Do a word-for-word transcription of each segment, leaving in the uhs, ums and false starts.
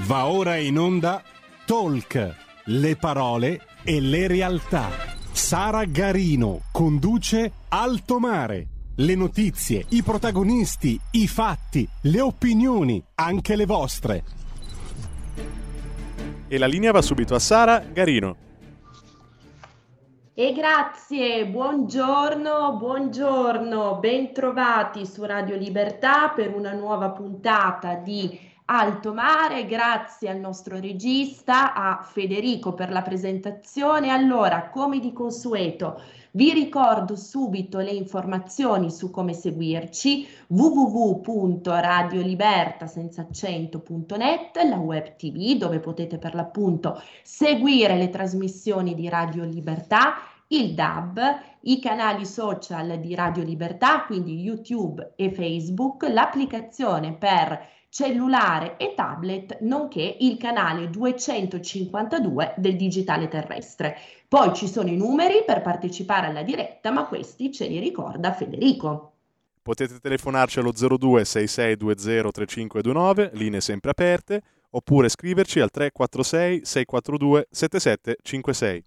Va ora in onda Talk, le parole e le realtà. Sara Garino conduce Alto Mare. Le notizie, i protagonisti, i fatti, le opinioni, anche le vostre. E la linea va subito a Sara Garino. E grazie, buongiorno, buongiorno, bentrovati su Radio Libertà per una nuova puntata di Alto Mare. Grazie al nostro regista, a Federico per la presentazione. Allora, come di consueto, vi ricordo subito le informazioni su come seguirci: w w w punto radioliberta senza accento punto net, la web tv dove potete per l'appunto seguire le trasmissioni di Radio Libertà, il D A B, i canali social di Radio Libertà, quindi YouTube e Facebook, l'applicazione per cellulare e tablet, nonché il canale duecentocinquantadue del digitale terrestre. Poi ci sono i numeri per partecipare alla diretta, ma questi ce li ricorda Federico. Potete telefonarci allo zero due sei sei due zero tre cinque due nove, linee sempre aperte, oppure scriverci al tre quattro sei sei quattro due sette sette cinque sei.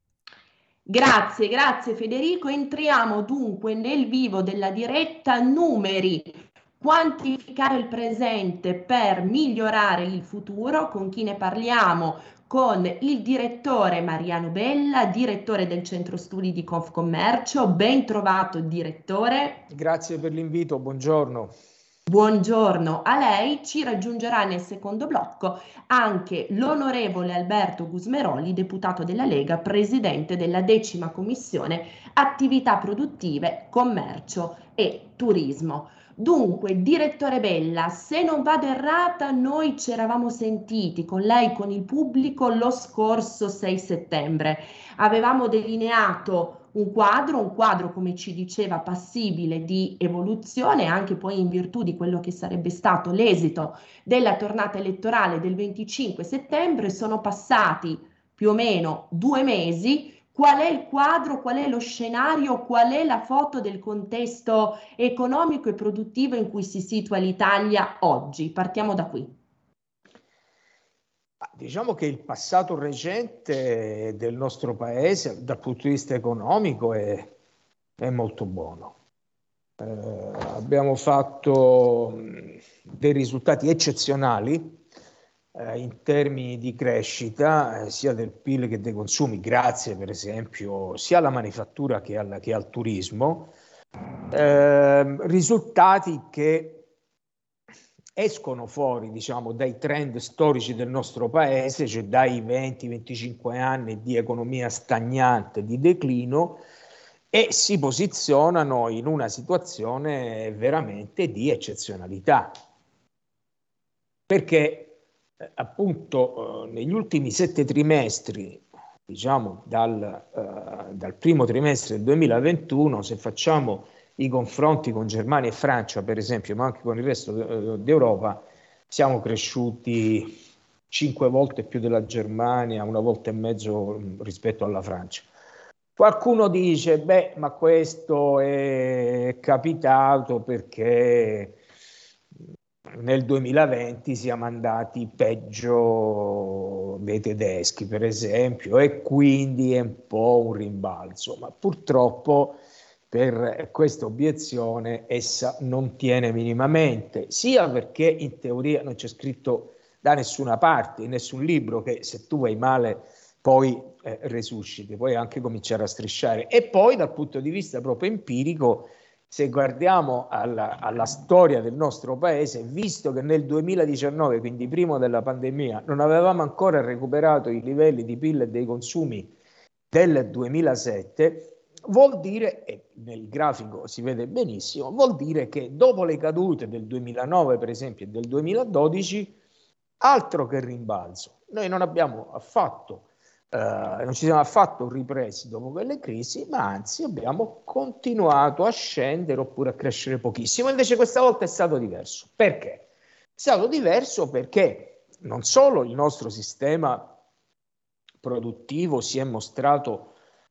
Grazie, grazie Federico. Entriamo dunque nel vivo della diretta. Numeri: quantificare il presente per migliorare il futuro. Con chi ne parliamo? Con il direttore Mariano Bella, direttore del Centro Studi di Confcommercio. Ben trovato, direttore. Grazie per l'invito, buongiorno. Buongiorno a lei. Ci raggiungerà nel secondo blocco anche l'onorevole Alberto Gusmeroli, deputato della Lega, presidente della decima commissione attività produttive, commercio e turismo. Dunque, direttore Bella, se non vado errata, noi ci eravamo sentiti con lei, con il pubblico, lo scorso sei settembre. Avevamo delineato un quadro, un quadro come ci diceva passibile di evoluzione, anche poi in virtù di quello che sarebbe stato l'esito della tornata elettorale del venticinque settembre. Sono passati più o meno due mesi. Qual è il quadro, qual è lo scenario, qual è la foto del contesto economico e produttivo in cui si situa l'Italia oggi? Partiamo da qui. Diciamo che il passato recente del nostro paese dal punto di vista economico è, è molto buono. Eh, abbiamo fatto dei risultati eccezionali eh, in termini di crescita, eh, sia del P I L che dei consumi, grazie per esempio sia alla manifattura che, alla, che al turismo. Eh, risultati che escono fuori, diciamo, dai trend storici del nostro paese, cioè dai venti venticinque anni di economia stagnante, di declino, e si posizionano in una situazione veramente di eccezionalità. Perché eh, appunto eh, negli ultimi sette trimestri, diciamo dal, eh, dal primo trimestre del duemilaventuno, se facciamo i confronti con Germania e Francia, per esempio, ma anche con il resto d'Europa, siamo cresciuti cinque volte più della Germania, una volta e mezzo rispetto alla Francia. Qualcuno dice, beh, ma questo è capitato perché nel duemilaventi siamo andati peggio dei tedeschi, per esempio, e quindi è un po' un rimbalzo, ma purtroppo per questa obiezione essa non tiene minimamente, sia perché in teoria non c'è scritto da nessuna parte, in nessun libro, che se tu vai male poi eh, resusciti, puoi anche cominciare a strisciare, e poi dal punto di vista proprio empirico, se guardiamo alla, alla storia del nostro paese, visto che nel duemiladiciannove, quindi prima della pandemia, non avevamo ancora recuperato i livelli di P I L e dei consumi del duemilasette, vuol dire, e nel grafico si vede benissimo, vuol dire che dopo le cadute del duemilanove, per esempio, e del duemiladodici, altro che rimbalzo. Noi non abbiamo affatto, eh, non ci siamo affatto ripresi dopo quelle crisi, ma anzi abbiamo continuato a scendere oppure a crescere pochissimo. Invece questa volta è stato diverso. Perché? È stato diverso perché non solo il nostro sistema produttivo si è mostrato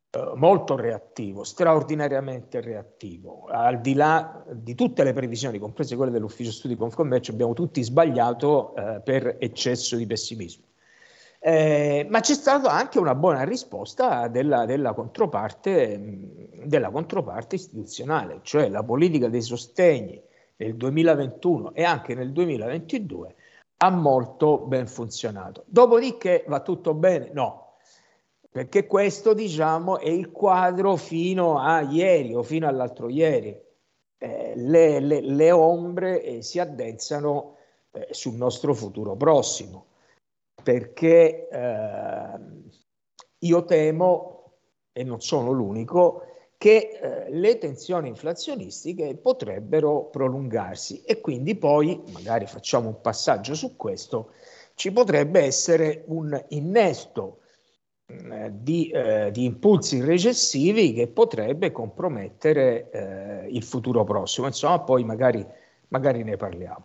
eh, molto reattivo, straordinariamente reattivo. Al di là di tutte le previsioni, comprese quelle dell'Ufficio Studi Confcommercio, abbiamo tutti sbagliato eh, per eccesso di pessimismo. Eh, ma c'è stata anche una buona risposta della, della, controparte, della controparte istituzionale, cioè la politica dei sostegni nel duemilaventuno e anche nel duemilaventidue ha molto ben funzionato. Dopodiché va tutto bene? No, perché questo, diciamo, è il quadro fino a ieri o fino all'altro ieri. Eh, le, le, le ombre eh, si addensano eh, sul nostro futuro prossimo, perché eh, io temo, e non sono l'unico, che eh, le tensioni inflazionistiche potrebbero prolungarsi e quindi poi, magari facciamo un passaggio su questo, ci potrebbe essere un innesto eh, di, eh, di impulsi recessivi che potrebbe compromettere eh, il futuro prossimo. Insomma, poi magari, magari ne parliamo.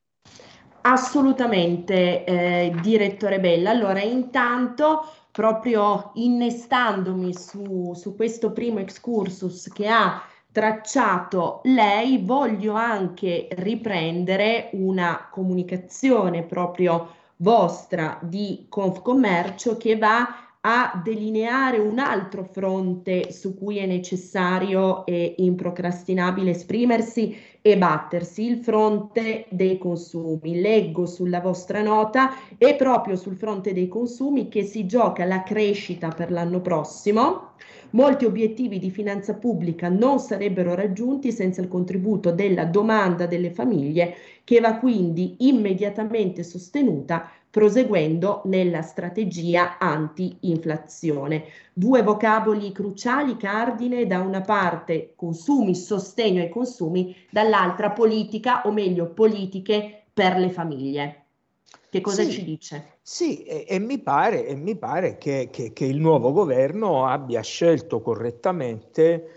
Assolutamente, eh, direttore Bella. Allora, intanto, proprio innestandomi su, su questo primo excursus che ha tracciato lei, voglio anche riprendere una comunicazione proprio vostra di Confcommercio che va a delineare un altro fronte su cui è necessario e improcrastinabile esprimersi e battersi, il fronte dei consumi. Leggo sulla vostra nota e proprio sul fronte dei consumi che si gioca la crescita per l'anno prossimo. Molti obiettivi di finanza pubblica non sarebbero raggiunti senza il contributo della domanda delle famiglie, che va quindi immediatamente sostenuta proseguendo nella strategia anti-inflazione. Due vocaboli cruciali cardine: da una parte consumi, sostegno ai consumi, dall'altra politica, o meglio politiche per le famiglie. Che cosa sì, ci dice? Sì, e, e mi pare, e mi pare che, che, che il nuovo governo abbia scelto correttamente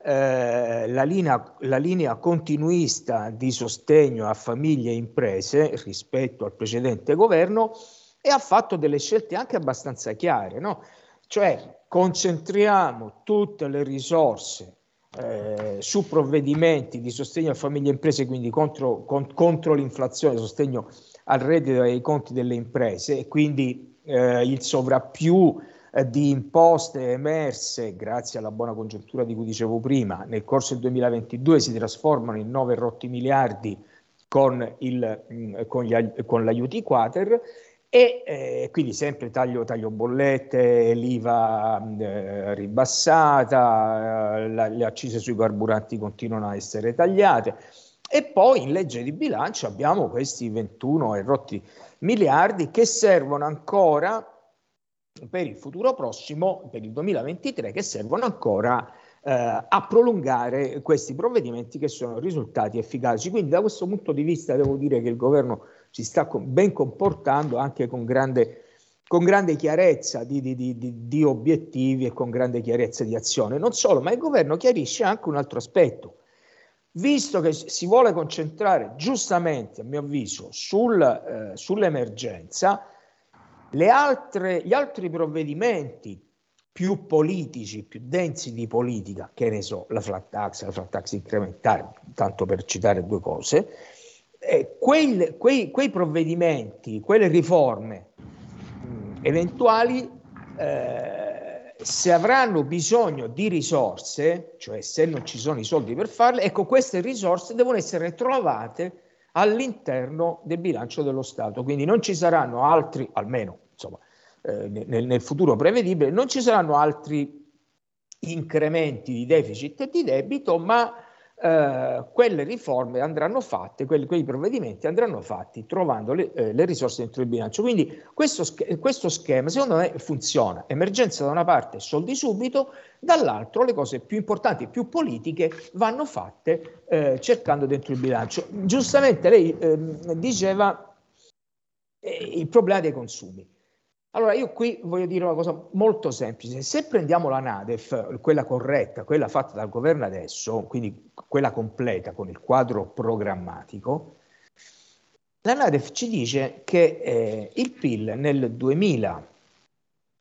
eh, la, linea, la linea continuista di sostegno a famiglie e imprese rispetto al precedente governo, e ha fatto delle scelte anche abbastanza chiare, no? Cioè, concentriamo tutte le risorse eh, su provvedimenti di sostegno a famiglie e imprese, quindi contro, con, contro l'inflazione, sostegno al reddito e ai conti delle imprese, e quindi eh, il sovrappiù eh, di imposte emerse grazie alla buona congiuntura di cui dicevo prima nel corso del duemilaventidue si trasformano in nove rotti miliardi con, il, mh, con, gli, con l'aiuti quater, e eh, quindi sempre taglio, taglio bollette, l'I V A eh, ribassata, eh, la, le accise sui carburanti continuano a essere tagliate. E poi in legge di bilancio abbiamo questi ventuno e rotti miliardi che servono ancora per il futuro prossimo, per il duemilaventitré, che servono ancora eh, a prolungare questi provvedimenti che sono risultati efficaci. Quindi da questo punto di vista devo dire che il governo si sta ben comportando, anche con grande, con grande chiarezza di, di, di, di obiettivi e con grande chiarezza di azione. Non solo, ma il governo chiarisce anche un altro aspetto. Visto che si vuole concentrare giustamente, a mio avviso, sul, eh, sull'emergenza, le altre, gli altri provvedimenti più politici, più densi di politica, che ne so, la flat tax, la flat tax incrementale, tanto per citare due cose, eh, quei, quei, quei provvedimenti, quelle riforme mh, eventuali, eh, se avranno bisogno di risorse, cioè se non ci sono i soldi per farle, ecco, queste risorse devono essere trovate all'interno del bilancio dello Stato, quindi non ci saranno altri, almeno insomma, eh, nel, nel futuro prevedibile, non ci saranno altri incrementi di deficit e di debito, ma eh, quelle riforme andranno fatte, quelli, quei provvedimenti andranno fatti trovando le, eh, le risorse dentro il bilancio. Quindi questo, questo schema secondo me funziona: emergenza da una parte, soldi subito, dall'altro le cose più importanti e più politiche vanno fatte eh, cercando dentro il bilancio. Giustamente lei eh, diceva eh, il problema dei consumi. Allora io qui voglio dire una cosa molto semplice: se prendiamo la NADEF, quella corretta, quella fatta dal governo adesso, quindi quella completa con il quadro programmatico, la NADEF ci dice che eh, il P I L nel duemilaventitré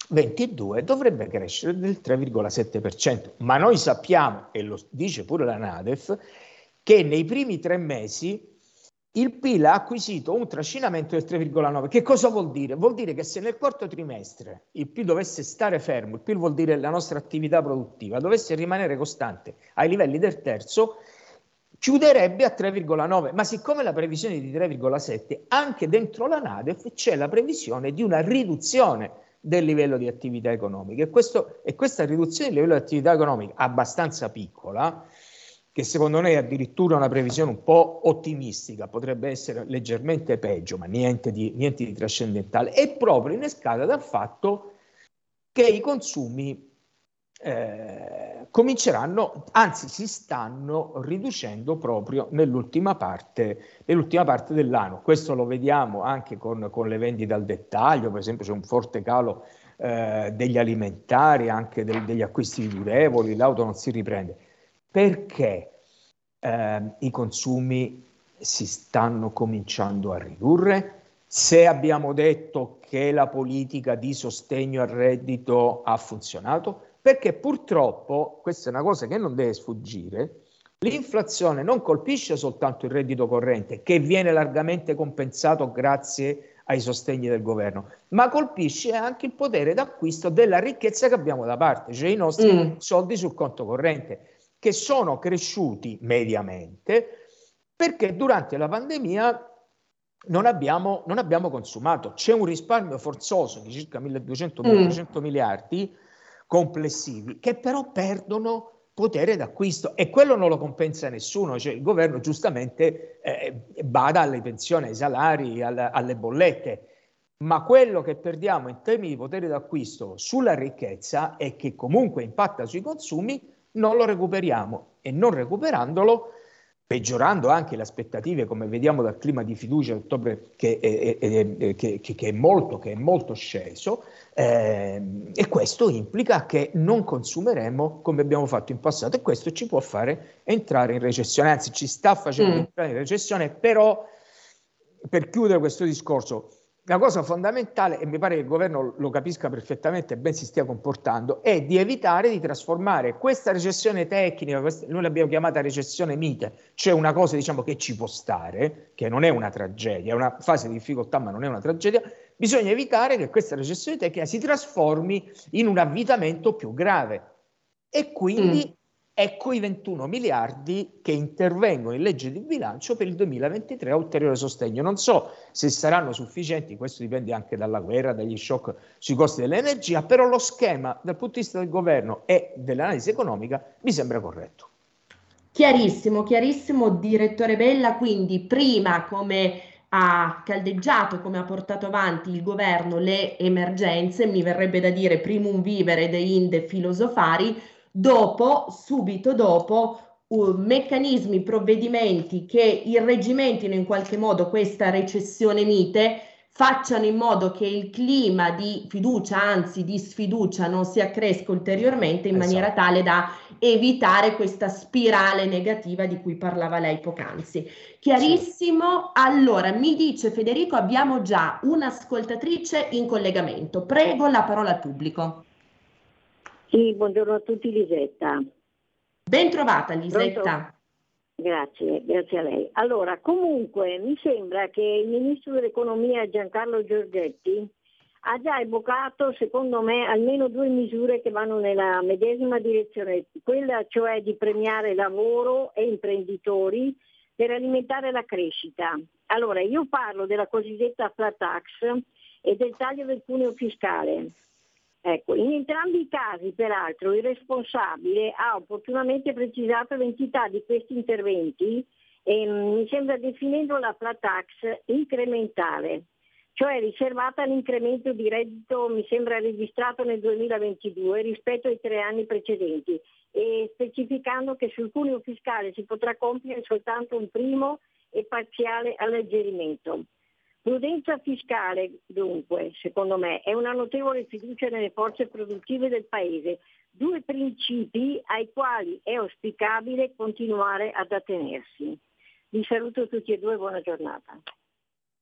ventidue dovrebbe crescere del tre virgola sette per cento, ma noi sappiamo, e lo dice pure la NADEF, che nei primi tre mesi il P I L ha acquisito un trascinamento del tre virgola nove. Che cosa vuol dire? Vuol dire che se nel quarto trimestre il P I L dovesse stare fermo, il P I L vuol dire la nostra attività produttiva, dovesse rimanere costante ai livelli del terzo, chiuderebbe a tre virgola nove, ma siccome la previsione è di tre virgola sette, anche dentro la NADEF c'è la previsione di una riduzione del livello di attività economica e, questo, e questa riduzione del livello di attività economica abbastanza piccola, che secondo noi è addirittura una previsione un po' ottimistica, potrebbe essere leggermente peggio, ma niente di, niente di trascendentale, è proprio innescata dal fatto che i consumi eh, cominceranno, anzi si stanno riducendo proprio nell'ultima parte, nell'ultima parte dell'anno. Questo lo vediamo anche con, con le vendite al dettaglio, per esempio c'è un forte calo eh, degli alimentari, anche del, degli acquisti durevoli, l'auto non si riprende. Perché eh, i consumi si stanno cominciando a ridurre? Se abbiamo detto che la politica di sostegno al reddito ha funzionato, perché purtroppo, questa è una cosa che non deve sfuggire, l'inflazione non colpisce soltanto il reddito corrente, che viene largamente compensato grazie ai sostegni del governo, ma colpisce anche il potere d'acquisto della ricchezza che abbiamo da parte, cioè i nostri mm. soldi sul conto corrente, che sono cresciuti mediamente perché durante la pandemia non abbiamo, non abbiamo consumato. C'è un risparmio forzoso di circa milleduecento milletrecento mm. miliardi complessivi che però perdono potere d'acquisto e quello non lo compensa nessuno, cioè il governo giustamente eh, bada alle pensioni, ai salari, alle, alle bollette, ma quello che perdiamo in termini di potere d'acquisto sulla ricchezza e che comunque impatta sui consumi non lo recuperiamo e non recuperandolo, peggiorando anche le aspettative, come vediamo dal clima di fiducia di ottobre che è, è, è, che, che è, molto, che è molto sceso, eh, e questo implica che non consumeremo come abbiamo fatto in passato e questo ci può fare entrare in recessione, anzi ci sta facendo mm. entrare in recessione. Però, per chiudere questo discorso, la cosa fondamentale, e mi pare che il governo lo capisca perfettamente e ben si stia comportando, è di evitare di trasformare questa recessione tecnica, questa, noi l'abbiamo chiamata recessione mite, cioè una cosa diciamo che ci può stare, che non è una tragedia, è una fase di difficoltà ma non è una tragedia, bisogna evitare che questa recessione tecnica si trasformi in un avvitamento più grave. E quindi mm. ecco i ventuno miliardi che intervengono in legge di bilancio per il duemilaventitré a ulteriore sostegno. Non so se saranno sufficienti, questo dipende anche dalla guerra, dagli shock sui costi dell'energia, però lo schema dal punto di vista del governo e dell'analisi economica mi sembra corretto. Chiarissimo, chiarissimo, direttore Bella, quindi prima come ha caldeggiato, come ha portato avanti il governo le emergenze, mi verrebbe da dire primum vivere deinde filosofari, dopo, subito dopo, uh, meccanismi, provvedimenti che irreggimentino in qualche modo questa recessione mite, facciano in modo che il clima di fiducia, anzi di sfiducia, non si accresca ulteriormente in esatto. maniera tale da evitare questa spirale negativa di cui parlava lei poc'anzi. Chiarissimo. Sì. Allora, mi dice Federico, abbiamo già un'ascoltatrice in collegamento. Prego, la parola al pubblico. Sì, buongiorno a tutti, Lisetta. Ben trovata, Lisetta. Pronto? Grazie, grazie a lei. Allora, comunque, mi sembra che il Ministro dell'Economia Giancarlo Giorgetti ha già evocato, secondo me, almeno due misure che vanno nella medesima direzione, quella cioè di premiare lavoro e imprenditori per alimentare la crescita. Allora, io parlo della cosiddetta flat tax e del taglio del cuneo fiscale. Ecco, in entrambi i casi, peraltro, il responsabile ha opportunamente precisato l'entità di questi interventi e mi sembra definendo la flat tax incrementale, cioè riservata all'incremento di reddito, mi sembra registrato nel duemilaventidue rispetto ai tre anni precedenti, e specificando che sul cuneo fiscale si potrà compiere soltanto un primo e parziale alleggerimento. Prudenza fiscale, dunque, secondo me, è una notevole fiducia nelle forze produttive del Paese, due principi ai quali è auspicabile continuare ad attenersi. Vi saluto tutti e due, buona giornata.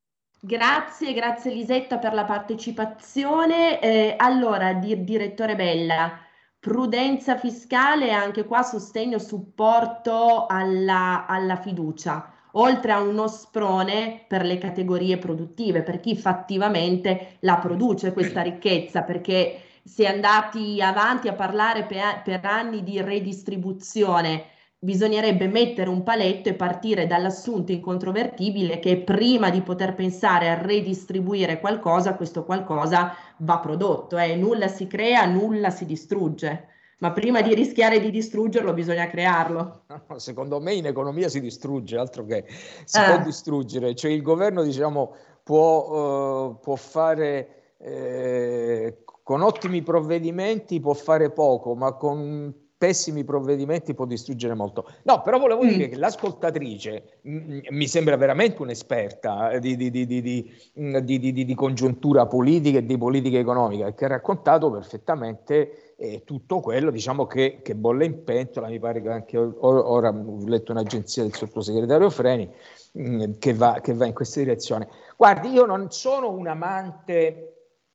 Grazie, grazie Lisetta per la partecipazione. Eh, allora, di- direttore Bella, prudenza fiscale e anche qua sostegno, supporto alla, alla fiducia, oltre a uno sprone per le categorie produttive, per chi fattivamente la produce questa ricchezza, perché si è andati avanti a parlare per, per anni di redistribuzione. Bisognerebbe mettere un paletto e partire dall'assunto incontrovertibile che prima di poter pensare a redistribuire qualcosa, questo qualcosa va prodotto, eh. Nulla si crea, nulla si distrugge, ma prima di rischiare di distruggerlo bisogna crearlo. No, secondo me in economia si distrugge, altro che si Eh. può distruggere, cioè il governo diciamo può, uh, può fare eh, con ottimi provvedimenti può fare poco, ma con pessimi provvedimenti può distruggere molto. No, però volevo mm. dire che l'ascoltatrice mh, mi sembra veramente un'esperta di, di, di, di, di, di, di, di congiuntura politica e di politica economica, che ha raccontato perfettamente eh, tutto quello diciamo che, che bolle in pentola. Mi pare che anche or, ora ho letto un'agenzia del sottosegretario Freni mh, che, va, che va in questa direzione. Guardi, io non sono un amante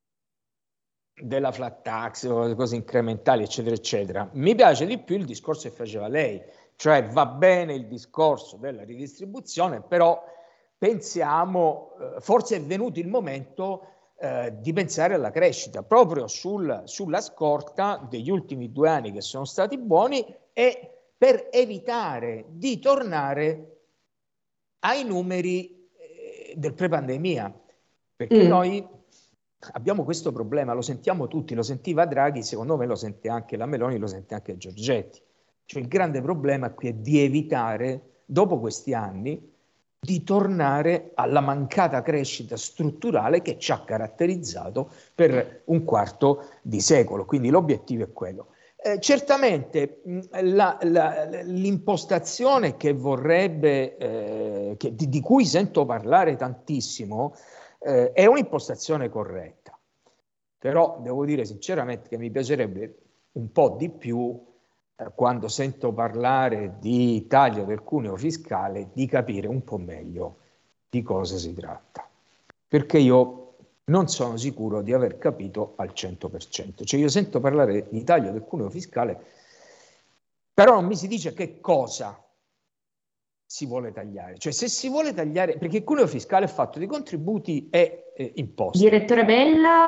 della flat tax, cose incrementali, eccetera, eccetera. Mi piace di più il discorso che faceva lei, cioè va bene il discorso della ridistribuzione, però pensiamo, eh, forse è venuto il momento eh, di pensare alla crescita, proprio sul, sulla scorta degli ultimi due anni che sono stati buoni e per evitare di tornare ai numeri eh, del pre-pandemia, perché mm. noi abbiamo questo problema, lo sentiamo tutti, lo sentiva Draghi, secondo me lo sente anche la Meloni, lo sente anche Giorgetti. Cioè il grande problema qui è di evitare, dopo questi anni, di tornare alla mancata crescita strutturale che ci ha caratterizzato per un quarto di secolo. Quindi l'obiettivo è quello. Eh, certamente la, la, l'impostazione che vorrebbe, eh, che, di, di cui sento parlare tantissimo, Eh, è un'impostazione corretta, però devo dire sinceramente che mi piacerebbe un po' di più eh, quando sento parlare di taglio del cuneo fiscale di capire un po' meglio di cosa si tratta, perché io non sono sicuro di aver capito al cento per cento. Cioè io sento parlare di taglio del cuneo fiscale, però non mi si dice che cosa si vuole tagliare, cioè se si vuole tagliare, perché il cuneo fiscale è fatto di contributi e eh, imposte. Direttore Bella.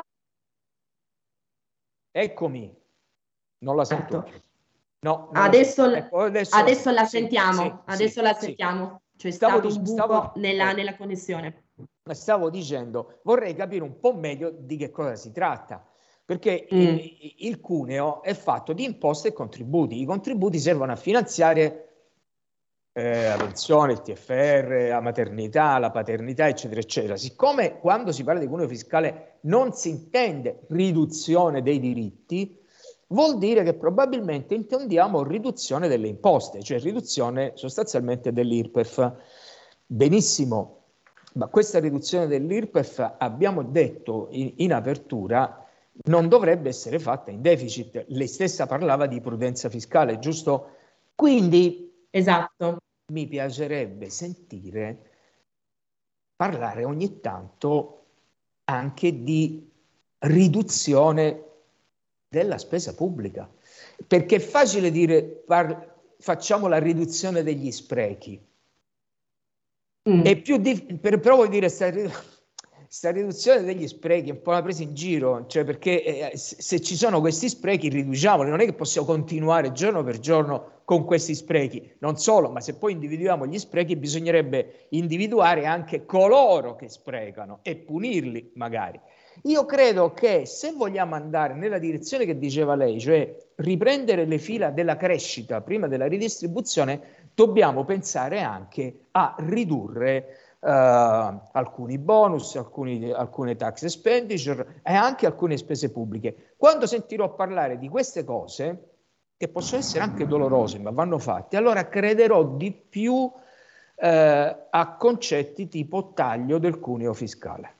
Eccomi, non la sento più. No, adesso, la, ecco, adesso, adesso la sì, sentiamo, sì, adesso sì, la sì. sentiamo, c'è stavo stato un buco stavo, nella, eh, nella connessione. Stavo dicendo, vorrei capire un po' meglio di che cosa si tratta, perché mm. il, il cuneo è fatto di imposte e contributi. I contributi servono a finanziare Eh, la pensione, il T F R, la maternità, la paternità, eccetera, eccetera. Siccome quando si parla di cuneo fiscale non si intende riduzione dei diritti, vuol dire che probabilmente intendiamo riduzione delle imposte, cioè riduzione sostanzialmente dell'I R P E F. Benissimo, ma questa riduzione dell'I R P E F, abbiamo detto in, in apertura, non dovrebbe essere fatta in deficit. Lei stessa parlava di prudenza fiscale, giusto? Quindi esatto. Mi piacerebbe sentire parlare ogni tanto anche di riduzione della spesa pubblica, perché è facile dire par- facciamo la riduzione degli sprechi. Mm. È più dif- per proprio dire sta, sta riduzione degli sprechi è un po' una presa in giro, cioè perché eh, se, se ci sono questi sprechi riduciamoli, non è che possiamo continuare giorno per giorno con questi sprechi. Non solo, ma se poi individuiamo gli sprechi bisognerebbe individuare anche coloro che sprecano e punirli magari. Io credo che se vogliamo andare nella direzione che diceva lei, cioè riprendere le fila della crescita prima della ridistribuzione, dobbiamo pensare anche a ridurre uh, alcuni bonus, alcuni, alcune tax expenditure e anche alcune spese pubbliche. Quando sentirò parlare di queste cose, che possono essere anche dolorose, ma vanno fatte, allora crederò di più eh, a concetti tipo taglio del cuneo fiscale.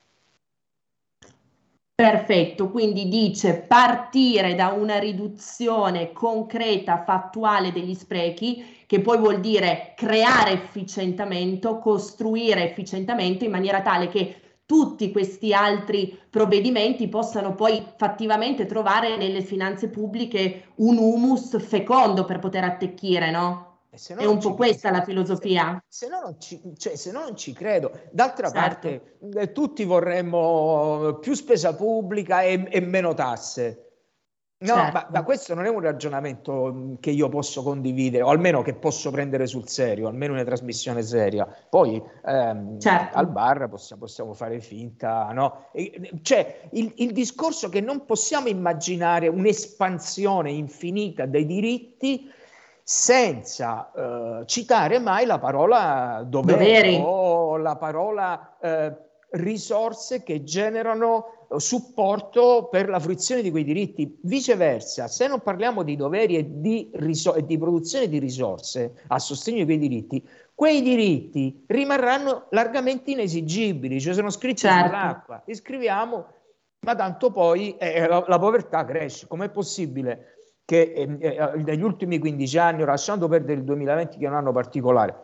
Perfetto, quindi dice partire da una riduzione concreta, fattuale degli sprechi, che poi vuol dire creare efficientamento, costruire efficientamento in maniera tale che tutti questi altri provvedimenti possano poi fattivamente trovare nelle finanze pubbliche un humus fecondo per poter attecchire, no? Se no È un po' ci, questa se, la filosofia. Se, se, no non ci, cioè, se no non ci credo. D'altra certo. parte eh, tutti vorremmo più spesa pubblica e, e meno tasse. No, certo. ma, ma questo non è un ragionamento che io posso condividere, o almeno che posso prendere sul serio, almeno una trasmissione seria. Poi ehm, certo. al bar possiamo, possiamo fare finta, no? E, cioè, il, il discorso che non possiamo immaginare un'espansione infinita dei diritti senza eh, citare mai la parola doveri, doveri. o la parola eh, risorse che generano supporto per la fruizione di quei diritti. Viceversa, se non parliamo di doveri e di, risor- e di produzione di risorse a sostegno di quei diritti, quei diritti rimarranno largamente inesigibili, cioè sono scritti certo. sull'acqua. Li scriviamo, ma tanto poi eh, la, la povertà cresce. Com'è possibile che eh, eh, negli ultimi quindici anni, lasciando perdere il duemilaventi che è un anno particolare,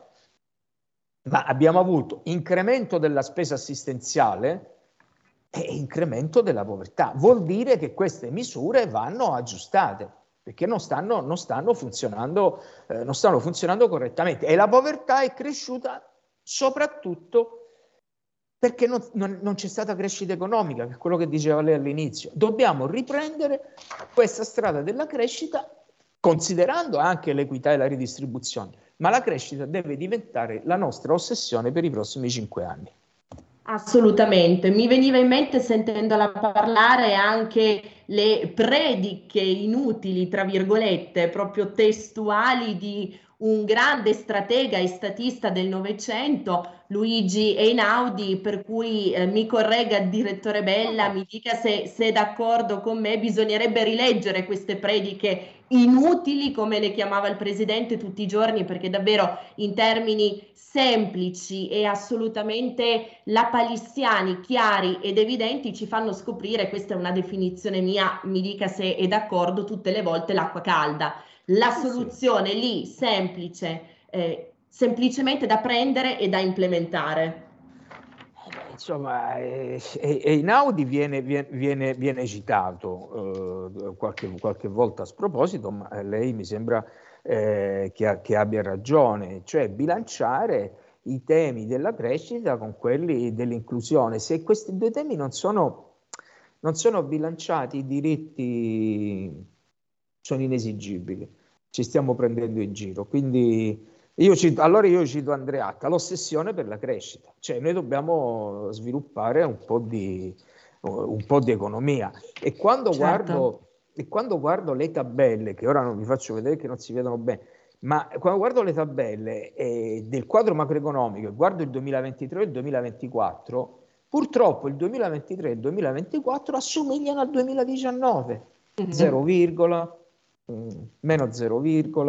ma abbiamo avuto incremento della spesa assistenziale e incremento della povertà? Vuol dire che queste misure vanno aggiustate, perché non stanno, non stanno funzionando, eh, non stanno funzionando correttamente, e la povertà è cresciuta soprattutto perché non, non, non c'è stata crescita economica, che è quello che diceva lei all'inizio. Dobbiamo riprendere questa strada della crescita, considerando anche l'equità e la ridistribuzione, ma la crescita deve diventare la nostra ossessione per i prossimi cinque anni. Assolutamente, mi veniva in mente sentendola parlare anche le prediche inutili, tra virgolette, proprio testuali di un grande stratega e statista del Novecento, Luigi Einaudi, per cui eh, mi corregga il direttore Bella, mi dica se, se è d'accordo con me, bisognerebbe rileggere queste prediche inutili, come le chiamava il presidente tutti i giorni, perché davvero in termini semplici e assolutamente lapalissiani, chiari ed evidenti ci fanno scoprire, questa è una definizione mia, mi dica se è d'accordo, tutte le volte l'acqua calda. La soluzione lì, semplice, eh, semplicemente da prendere e da implementare. Insomma, eh, Einaudi viene, viene, viene citato eh, qualche, qualche volta a sproposito, ma lei mi sembra eh, che, che abbia ragione, cioè bilanciare i temi della crescita con quelli dell'inclusione. Se questi due temi non sono, non sono bilanciati, i diritti sono inesigibili, ci stiamo prendendo in giro. Quindi io cito, allora io cito Andreatta, l'ossessione per la crescita, cioè noi dobbiamo sviluppare un po' di, un po' di economia. E quando, certo. guardo, e quando guardo le tabelle, che ora non vi faccio vedere che non si vedono bene, ma quando guardo le tabelle eh, del quadro macroeconomico e guardo il duemilaventitré e il duemilaventiquattro, purtroppo il duemilaventitré e il duemilaventiquattro assomigliano al duemiladiciannove, mm-hmm. zero, mh, meno zero,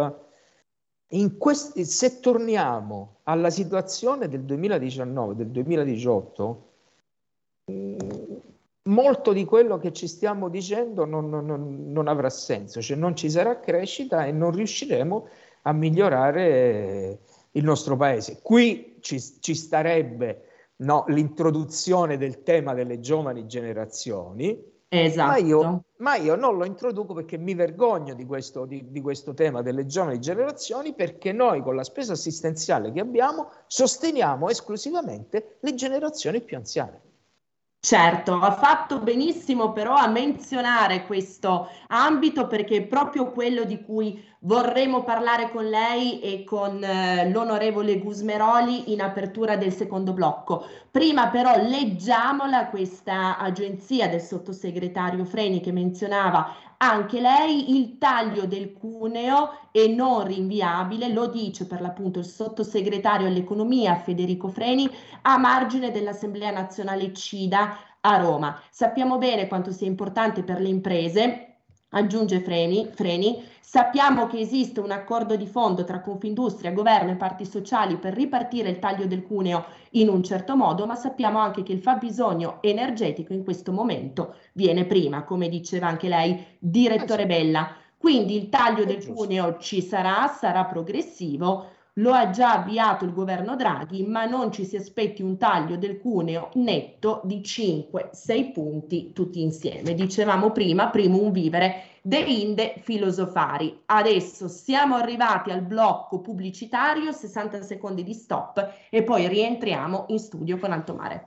in questi, se torniamo alla situazione del duemiladiciannove, del duemiladiciotto, mh, molto di quello che ci stiamo dicendo non, non, non avrà senso, cioè non ci sarà crescita e non riusciremo a migliorare il nostro paese. Qui ci, ci starebbe no, l'introduzione del tema delle giovani generazioni, esatto. ma, io, ma io non lo introduco perché mi vergogno di questo, di, di questo tema delle giovani generazioni, perché noi con la spesa assistenziale che abbiamo sosteniamo esclusivamente le generazioni più anziane. Certo, ha fatto benissimo però a menzionare questo ambito, perché è proprio quello di cui vorremmo parlare con lei e con eh, l'onorevole Gusmeroli in apertura del secondo blocco. Prima però leggiamola questa agenzia del sottosegretario Freni che menzionava anche lei: il taglio del cuneo è non rinviabile, lo dice per l'appunto il sottosegretario all'economia Federico Freni a margine dell'Assemblea Nazionale CIDA a Roma. Sappiamo bene quanto sia importante per le imprese, aggiunge Freni, Freni, sappiamo che esiste un accordo di fondo tra Confindustria, governo e parti sociali per ripartire il taglio del cuneo in un certo modo, ma sappiamo anche che il fabbisogno energetico in questo momento viene prima, come diceva anche lei, direttore Bella. Quindi il taglio del cuneo ci sarà, sarà progressivo. lo ha già avviato il governo Draghi, ma non ci si aspetti un taglio del cuneo netto di cinque sei punti tutti insieme. Dicevamo prima, primum vivere, deinde filosofari. Adesso siamo arrivati al blocco pubblicitario, sessanta secondi di stop e poi rientriamo in studio con Altomare.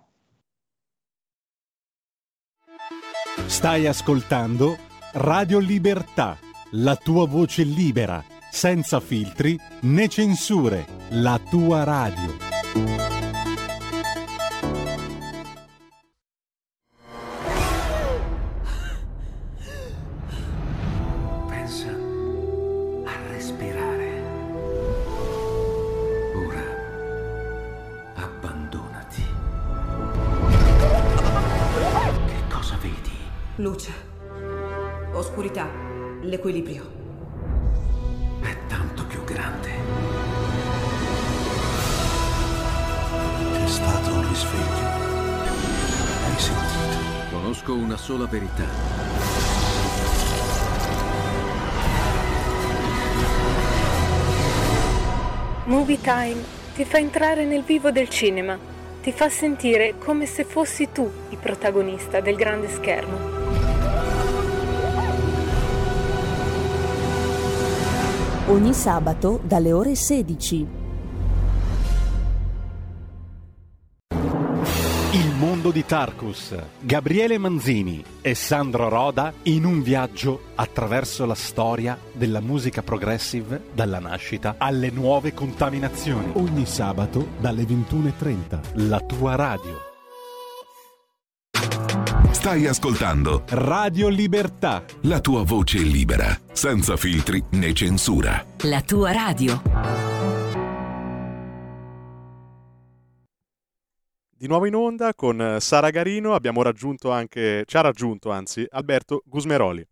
Stai ascoltando Radio Libertà, la tua voce libera, senza filtri né censure, la tua radio. Pensa a respirare. Ora abbandonati. Che cosa vedi? Luce, oscurità, l'equilibrio. È tanto più grande. C'è stato un risveglio. Hai sentito? Conosco una sola verità. Movie Time ti fa entrare nel vivo del cinema, ti fa sentire come se fossi tu il protagonista del grande schermo. Ogni sabato dalle ore sedici. Il mondo di Tarkus, Gabriele Manzini e Sandro Roda in un viaggio attraverso la storia della musica progressive dalla nascita alle nuove contaminazioni. Ogni sabato dalle ventuno e trenta. La tua radio. Stai ascoltando Radio Libertà, la tua voce libera, senza filtri né censura. La tua radio. Di nuovo in onda con Sara Garino, abbiamo raggiunto anche, ci ha raggiunto anzi, Alberto Gusmeroli.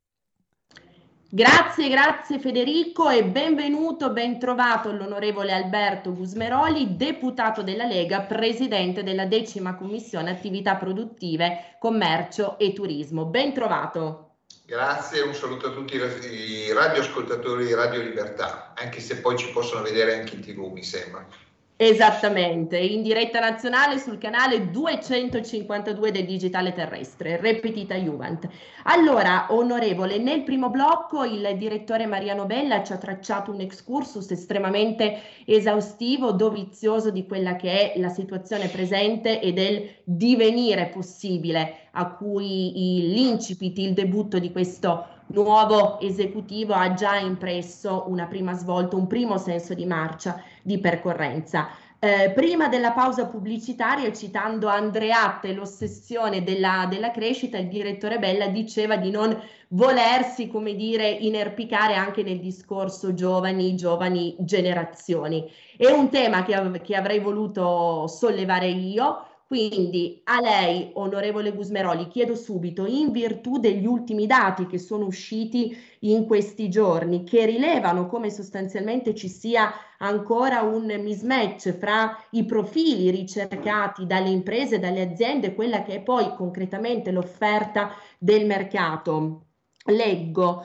Grazie, grazie Federico e benvenuto, ben trovato l'onorevole Alberto Gusmeroli, deputato della Lega, presidente della decima commissione attività produttive, commercio e turismo. Ben trovato. Grazie, un saluto a tutti i radioascoltatori di Radio Libertà, anche se poi ci possono vedere anche in tivù, mi sembra. Esattamente, in diretta nazionale sul canale duecentocinquantadue del digitale terrestre, Repetita Juvent. Allora, onorevole, nel primo blocco il direttore Mariano Bella ci ha tracciato un excursus estremamente esaustivo, dovizioso di quella che è la situazione presente e del divenire possibile a cui l'incipit, il debutto di questo nuovo esecutivo ha già impresso una prima svolta, un primo senso di marcia, di percorrenza. Eh, prima della pausa pubblicitaria, citando Andreatta e l'ossessione della, della crescita, il direttore Bella diceva di non volersi, come dire, inerpicare anche nel discorso giovani, giovani generazioni. È un tema che, av- che avrei voluto sollevare io. Quindi a lei, onorevole Gusmeroli, chiedo subito, in virtù degli ultimi dati che sono usciti in questi giorni, che rilevano come sostanzialmente ci sia ancora un mismatch fra i profili ricercati dalle imprese, dalle aziende, e quella che è poi concretamente l'offerta del mercato. Leggo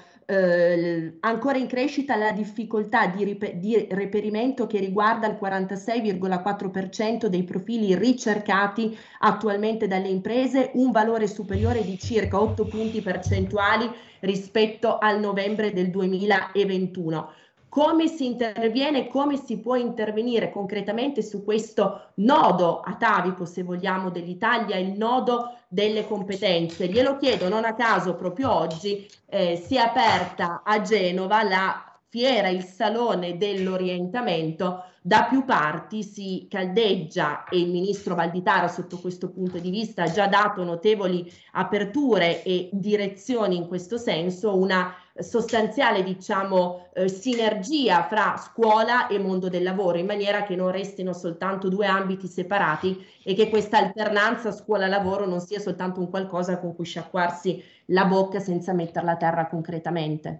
eh, ancora in crescita la difficoltà di, rip- di reperimento che riguarda il quarantasei virgola quattro per cento dei profili ricercati attualmente dalle imprese, un valore superiore di circa otto punti percentuali rispetto al novembre del duemilaventuno. Come si interviene, come si può intervenire concretamente su questo nodo atavico, se vogliamo, dell'Italia, il nodo delle competenze? Glielo chiedo non a caso, proprio oggi eh, si è aperta a Genova la fiera, il salone dell'orientamento. Da più parti si caldeggia e il ministro Valditara sotto questo punto di vista ha già dato notevoli aperture e direzioni in questo senso, una sostanziale, diciamo, eh, sinergia fra scuola e mondo del lavoro, in maniera che non restino soltanto due ambiti separati e che questa alternanza scuola-lavoro non sia soltanto un qualcosa con cui sciacquarsi la bocca senza metterla a terra concretamente.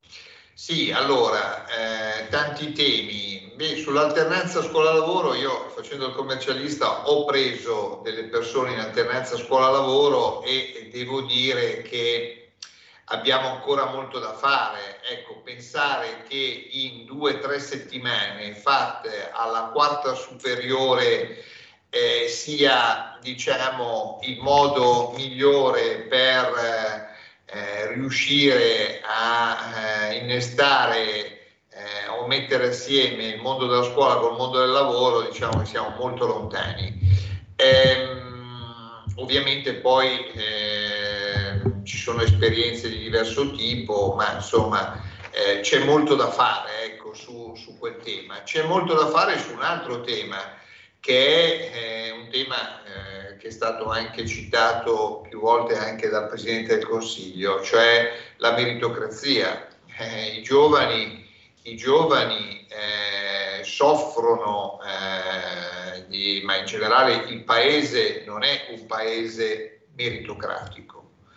Sì, allora, eh, tanti temi. Beh, sull'alternanza scuola-lavoro, io facendo il commercialista ho preso delle persone in alternanza scuola-lavoro e devo dire che abbiamo ancora molto da fare. Ecco, pensare che in due o tre settimane fatte alla quarta superiore eh, sia, diciamo, il modo migliore per eh, riuscire a eh, innestare eh, o mettere assieme il mondo della scuola col mondo del lavoro, diciamo che siamo molto lontani. Ehm, ovviamente poi eh, ci sono esperienze di diverso tipo, ma insomma eh, c'è molto da fare, ecco, su, su quel tema. C'è molto da fare su un altro tema, che è eh, un tema eh, che è stato anche citato più volte anche dal Presidente del Consiglio, cioè la meritocrazia. Eh, i giovani, i giovani eh, soffrono, eh, di, ma in generale il Paese non è un Paese meritocratico.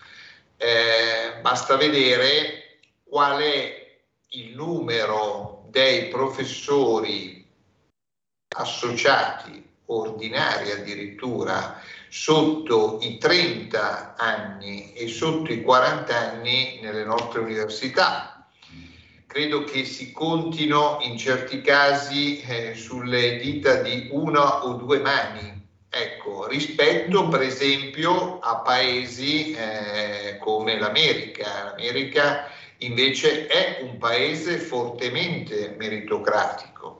Eh, basta vedere qual è il numero dei professori associati, ordinari addirittura, sotto i trenta anni e sotto i quaranta anni nelle nostre università. Credo che si contino in certi casi eh, sulle dita di una o due mani, ecco, rispetto per esempio a paesi eh, come l'America. L'America invece è un paese fortemente meritocratico.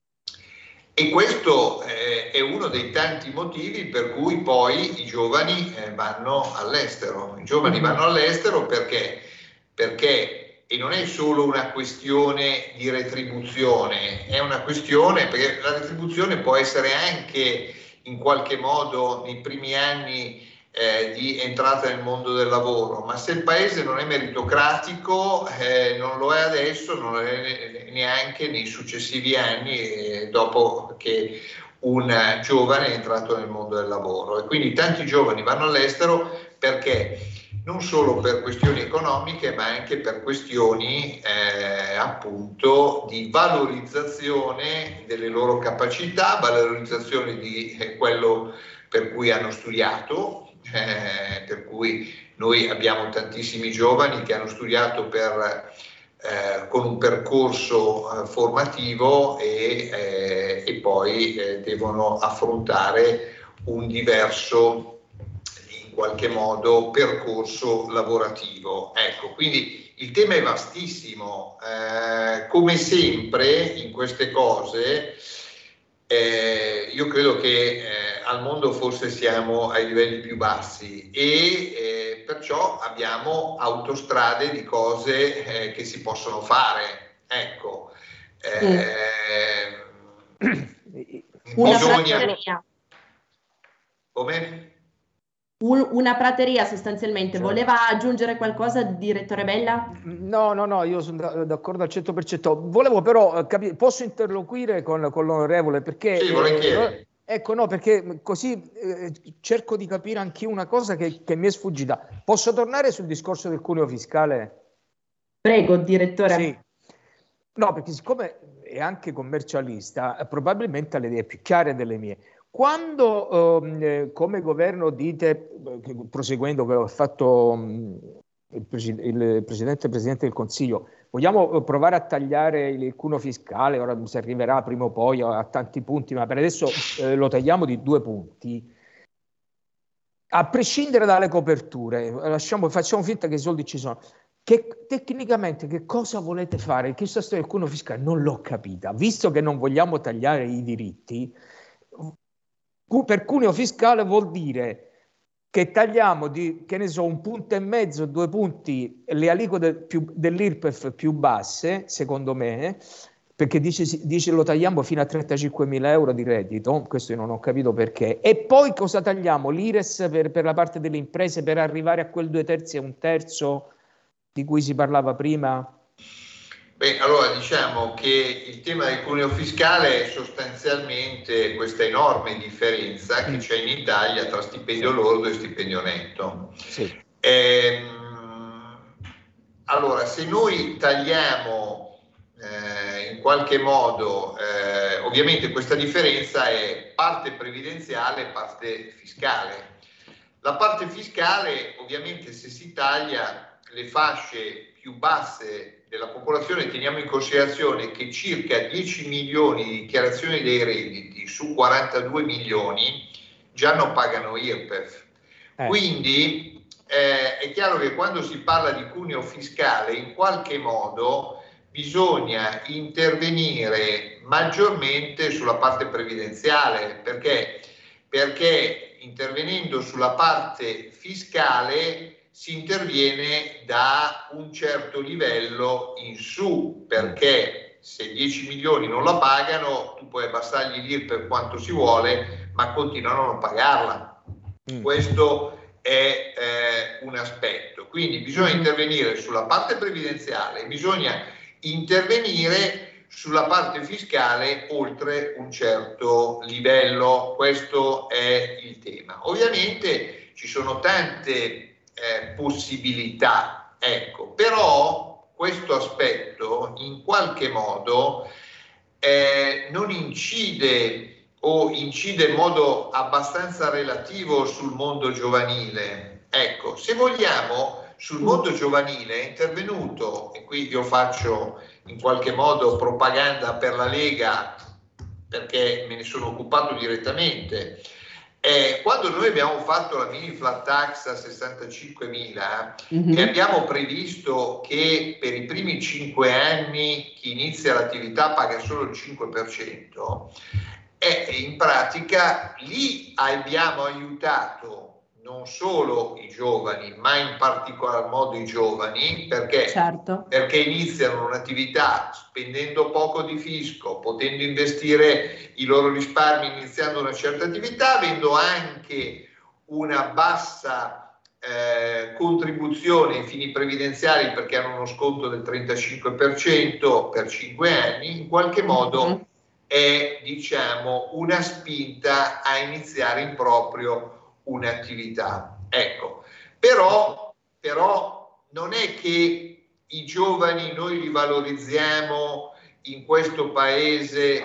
E questo eh, è uno dei tanti motivi per cui poi i giovani eh, vanno all'estero. I giovani vanno all'estero perché? Perché, e non è solo una questione di retribuzione, è una questione, perché la retribuzione può essere anche in qualche modo nei primi anni eh, di entrata nel mondo del lavoro, ma se il paese non è meritocratico, eh, non lo è adesso, non lo è neanche nei successivi anni eh, dopo che un giovane è entrato nel mondo del lavoro. E quindi tanti giovani vanno all'estero perché non solo per questioni economiche, ma anche per questioni eh, appunto di valorizzazione delle loro capacità, valorizzazione di eh, quello per cui hanno studiato. Eh, per cui noi abbiamo tantissimi giovani che hanno studiato per, eh, con un percorso eh, formativo e, eh, e poi eh, devono affrontare un diverso, in qualche modo, percorso lavorativo. Ecco, quindi il tema è vastissimo. Eh, come sempre in queste cose Eh, io credo che eh, al mondo forse siamo ai livelli più bassi e eh, perciò abbiamo autostrade di cose eh, che si possono fare. Ecco, eh, una bisogna... prateria. Come? Una prateria sostanzialmente. Certo. Voleva aggiungere qualcosa, direttore Bella? No, no, no, io sono d'accordo al cento per cento. Volevo però capire, posso interloquire con, con l'onorevole? Perché, sì, volentieri. Eh, ecco, no, perché così eh, cerco di capire anche una cosa che, che mi è sfuggita. Posso tornare sul discorso del cuneo fiscale? Prego, direttore. Sì. No, perché siccome è anche commercialista, probabilmente ha le idee più chiare delle mie. Quando eh, come governo dite, eh, proseguendo quello che ha fatto um, il, presi- il Presidente il Presidente del Consiglio, vogliamo provare a tagliare il cuneo fiscale, ora si arriverà prima o poi a, a tanti punti, ma per adesso eh, lo tagliamo di due punti, a prescindere dalle coperture, lasciamo, facciamo finta che i soldi ci sono. Che, tecnicamente che cosa volete fare? Questa storia del cuneo fiscale non l'ho capita, visto che non vogliamo tagliare i diritti. Per cuneo fiscale vuol dire che tagliamo di, che ne so, un punto e mezzo, due punti le aliquote più, dell'I R P E F più basse, secondo me, perché dice, dice lo tagliamo fino a trentacinquemila euro di reddito, questo io non ho capito perché, e poi cosa tagliamo? L'I R E S per, per la parte delle imprese per arrivare a quel due terzi e un terzo di cui si parlava prima? Beh, allora diciamo che il tema del cuneo fiscale è sostanzialmente questa enorme differenza che c'è in Italia tra stipendio lordo e stipendio netto. Sì. Ehm, allora, se noi tagliamo eh, in qualche modo, eh, ovviamente questa differenza è parte previdenziale e parte fiscale. La parte fiscale, ovviamente, se si taglia, le fasce più basse della popolazione, teniamo in considerazione che circa dieci milioni di dichiarazioni dei redditi su quarantadue milioni già non pagano I R P E F. Eh. Quindi eh, è chiaro che quando si parla di cuneo fiscale, in qualche modo bisogna intervenire maggiormente sulla parte previdenziale, perché, perché intervenendo sulla parte fiscale si interviene da un certo livello in su, perché se dieci milioni non la pagano, tu puoi abbassargli l'I R P E F quanto si vuole, ma continuano a non pagarla. Mm. Questo è eh, un aspetto. Quindi bisogna intervenire sulla parte previdenziale, bisogna intervenire sulla parte fiscale oltre un certo livello. Questo è il tema. Ovviamente ci sono tante Eh, possibilità, ecco, però questo aspetto in qualche modo eh, non incide o incide in modo abbastanza relativo sul mondo giovanile. Ecco, se vogliamo, sul mondo giovanile è intervenuto, e qui io faccio in qualche modo propaganda per la Lega perché me ne sono occupato direttamente. Eh, quando noi abbiamo fatto la mini flat tax a sessantacinquemila, mm-hmm. e abbiamo previsto che per i primi cinque anni chi inizia l'attività paga solo il cinque per cento, e eh, in pratica lì abbiamo aiutato non solo i giovani, ma in particolar modo i giovani, perché, certo. perché iniziano un'attività spendendo poco di fisco, potendo investire i loro risparmi iniziando una certa attività, avendo anche una bassa eh, contribuzione ai fini previdenziali perché hanno uno sconto del trentacinque per cento per cinque anni, in qualche modo mm-hmm. è, diciamo, una spinta a iniziare in proprio un'attività. Ecco, però, però non è che i giovani noi li valorizziamo in questo paese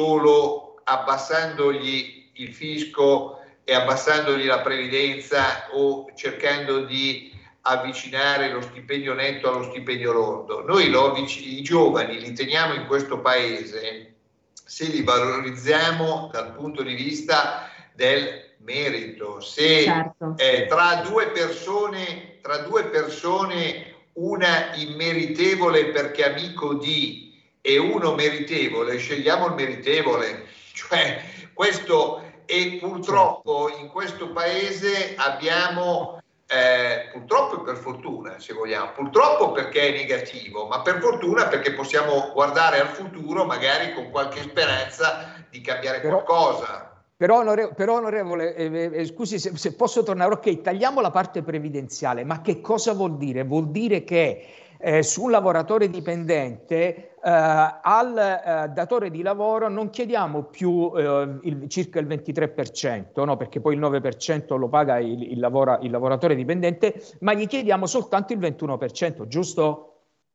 solo abbassandogli il fisco e abbassandogli la previdenza o cercando di avvicinare lo stipendio netto allo stipendio lordo. Noi lo, i giovani li teniamo in questo paese se li valorizziamo dal punto di vista del merito. Se certo. eh, tra due persone tra due persone una immeritevole perché amico di e uno meritevole, scegliamo il meritevole, cioè questo. E purtroppo in questo paese abbiamo eh, purtroppo e per fortuna, se vogliamo, purtroppo perché è negativo, ma per fortuna perché possiamo guardare al futuro magari con qualche speranza di cambiare però, qualcosa. Però, onore, però onorevole, eh, eh, scusi se, se posso tornare, ok, tagliamo la parte previdenziale, ma che cosa vuol dire? Vuol dire che eh, su un lavoratore dipendente eh, al eh, datore di lavoro non chiediamo più eh, il, circa il ventitré per cento, no? Perché poi il nove per cento lo paga il, il, lavora, il lavoratore dipendente, ma gli chiediamo soltanto il ventuno per cento, giusto?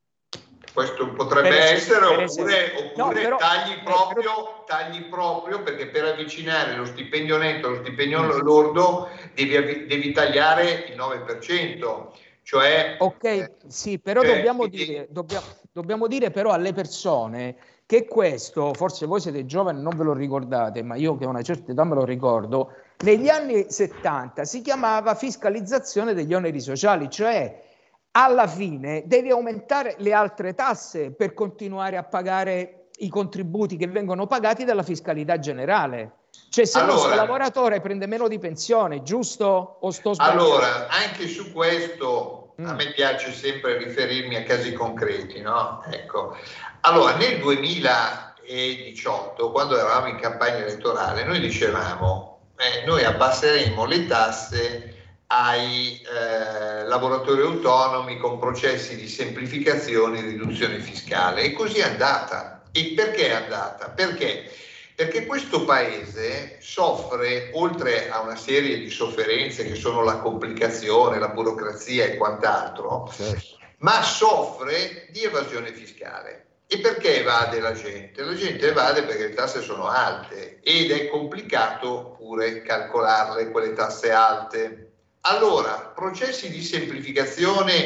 Questo potrebbe per essere, per oppure, oppure no, però, tagli, proprio, però, tagli proprio perché per avvicinare lo stipendio netto allo stipendio lordo devi, devi tagliare il nove per cento. Cioè, ok, eh, sì, però eh, dobbiamo, quindi... dire, dobbiamo, dobbiamo dire però alle persone che questo, forse voi siete giovani non ve lo ricordate, ma io che ho una certa età me lo ricordo, negli anni settanta si chiamava fiscalizzazione degli oneri sociali, cioè alla fine devi aumentare le altre tasse per continuare a pagare i contributi che vengono pagati dalla fiscalità generale. Cioè se allora, il lavoratore prende meno di pensione, giusto? O sto sbagliando? Allora, anche su questo mm. a me piace sempre riferirmi a casi concreti, no? Ecco. Allora, nel duemiladiciotto, quando eravamo in campagna elettorale, noi dicevamo eh, noi abbasseremo le tasse ai eh, lavoratori autonomi con processi di semplificazione e riduzione fiscale. E così è andata. E perché è andata? Perché? Perché questo paese soffre, oltre a una serie di sofferenze che sono la complicazione, la burocrazia e quant'altro, certo. ma soffre di evasione fiscale. E perché evade la gente? La gente evade perché le tasse sono alte ed è complicato pure calcolarle, quelle tasse alte. Allora, processi di semplificazione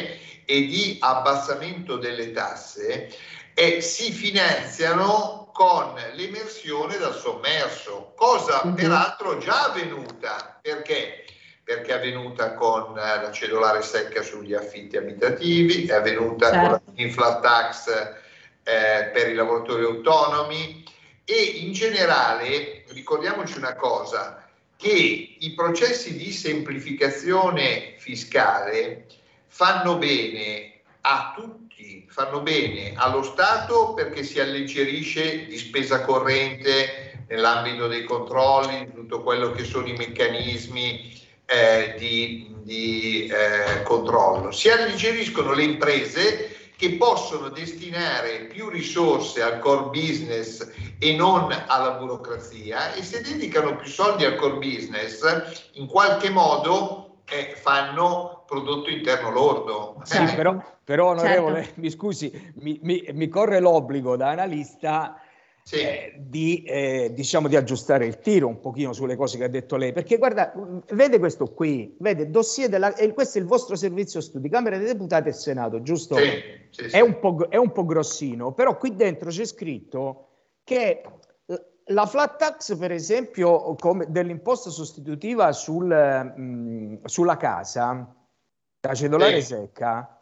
e di abbassamento delle tasse eh, si finanziano con l'emersione dal sommerso, cosa uh-huh. peraltro già avvenuta. Perché? Perché è avvenuta con la cedolare secca sugli affitti abitativi, è avvenuta certo. con la mini flat tax eh, per i lavoratori autonomi, e in generale ricordiamoci una cosa, che i processi di semplificazione fiscale fanno bene a tutti, fanno bene allo Stato perché si alleggerisce di spesa corrente nell'ambito dei controlli, di tutto quello che sono i meccanismi Eh, di, di eh, controllo. Si alleggeriscono le imprese che possono destinare più risorse al core business e non alla burocrazia, e se dedicano più soldi al core business in qualche modo eh, fanno prodotto interno lordo. Sì, eh. però, però onorevole, certo. mi scusi, mi, mi, mi corre l'obbligo da analista Sì. Eh, di, eh, diciamo di aggiustare il tiro un pochino sulle cose che ha detto lei, perché guarda, vede questo qui, vede dossier della, eh, questo è il vostro servizio studi, Camera dei Deputati e Senato, giusto? Sì, sì, sì. È un po', è un po' grossino, però qui dentro c'è scritto che la flat tax, per esempio, come dell'imposta sostitutiva sul, mh, sulla casa, la cedolare sì. secca,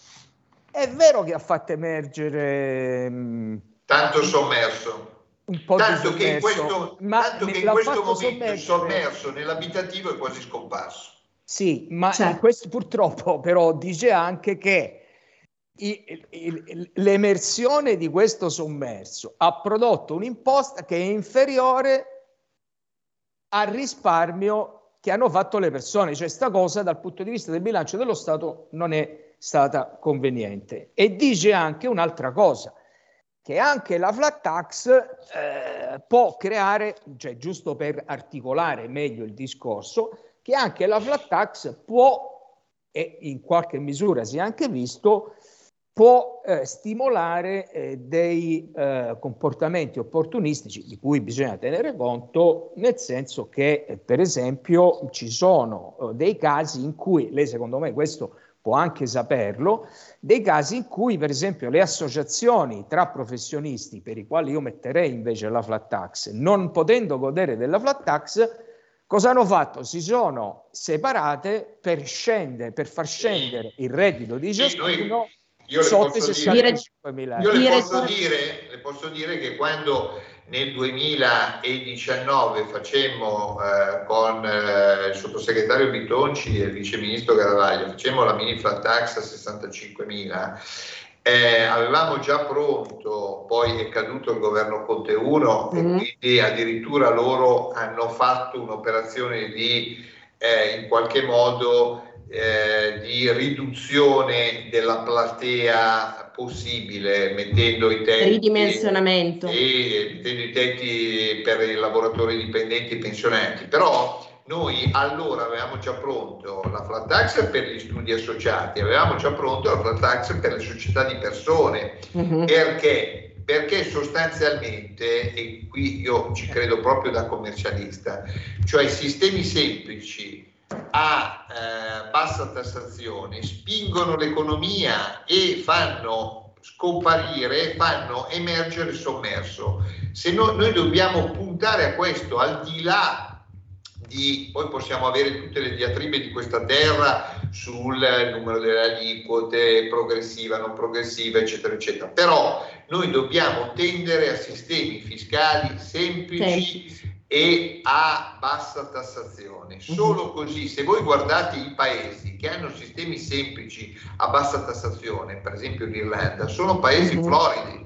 è vero che ha fatto emergere mh, tanto sommerso, un po' tanto di che in sommerso, questo, ma tanto che in questo momento il sommerso nell'abitativo è quasi scomparso. Sì, ma certo. questo purtroppo però dice anche che il, il, l'emersione di questo sommerso ha prodotto un'imposta che è inferiore al risparmio che hanno fatto le persone, cioè sta cosa dal punto di vista del bilancio dello Stato non è stata conveniente. E dice anche un'altra cosa, che anche la flat tax eh, può creare, cioè giusto per articolare meglio il discorso, che anche la flat tax può, e in qualche misura si è anche visto, può eh, stimolare eh, dei eh, comportamenti opportunistici di cui bisogna tenere conto, nel senso che eh, per esempio ci sono eh, dei casi in cui, lei secondo me questo può anche saperlo, dei casi in cui per esempio le associazioni tra professionisti, per i quali io metterei invece la flat tax, non potendo godere della flat tax, cosa hanno fatto? Si sono separate per scendere, per far scendere il reddito di ciascuno sotto i sessantacinquemila euro. Io le posso, dire, le posso dire che quando nel duemiladiciannove facemmo eh, con eh, il sottosegretario Bitonci e il viceministro Garavaglia, facemmo la mini flat tax a sessantacinquemila, eh, avevamo già pronto, poi è caduto il governo Conte uno mm-hmm. e quindi addirittura loro hanno fatto un'operazione di eh, in qualche modo Eh, di riduzione della platea possibile, mettendo i tetti, ridimensionamento e mettendo i tetti per i lavoratori dipendenti e pensionati. Però noi allora avevamo già pronto la flat tax per gli studi associati, avevamo già pronto la flat tax per le società di persone. Mm-hmm. Perché? Perché sostanzialmente, e qui io ci credo proprio da commercialista, cioè sistemi semplici a eh, bassa tassazione spingono l'economia e fanno scomparire, fanno emergere il sommerso. Se no, noi dobbiamo puntare a questo, al di là di, poi possiamo avere tutte le diatribe di questa terra sul numero delle aliquote, progressiva, non progressiva, eccetera, eccetera, però noi dobbiamo tendere a sistemi fiscali semplici sì. e a bassa tassazione. Solo così, se voi guardate i paesi che hanno sistemi semplici a bassa tassazione, per esempio l'Irlanda, sono paesi uh-huh. floridi,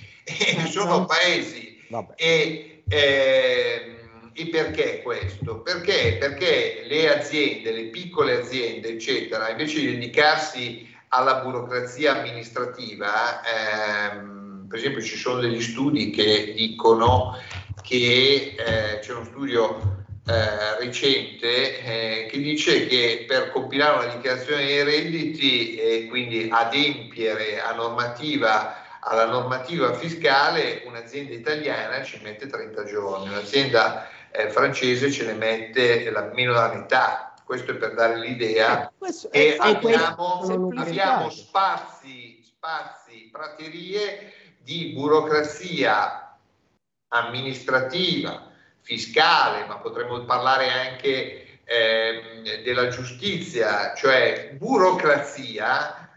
e sono paesi e, eh, e perché questo? Perché? Perché le aziende, le piccole aziende, eccetera, invece di dedicarsi alla burocrazia amministrativa, ehm, per esempio ci sono degli studi che dicono che eh, c'è uno studio eh, recente eh, che dice che per compilare una dichiarazione dei redditi e quindi adempiere a normativa, alla normativa fiscale, un'azienda italiana ci mette trenta giorni, un'azienda eh, francese ce ne mette la, meno della metà. questo è per dare l'idea eh, che è abbiamo, abbiamo spazi, spazi, praterie di burocrazia amministrativa, fiscale, ma potremmo parlare anche eh, della giustizia, cioè burocrazia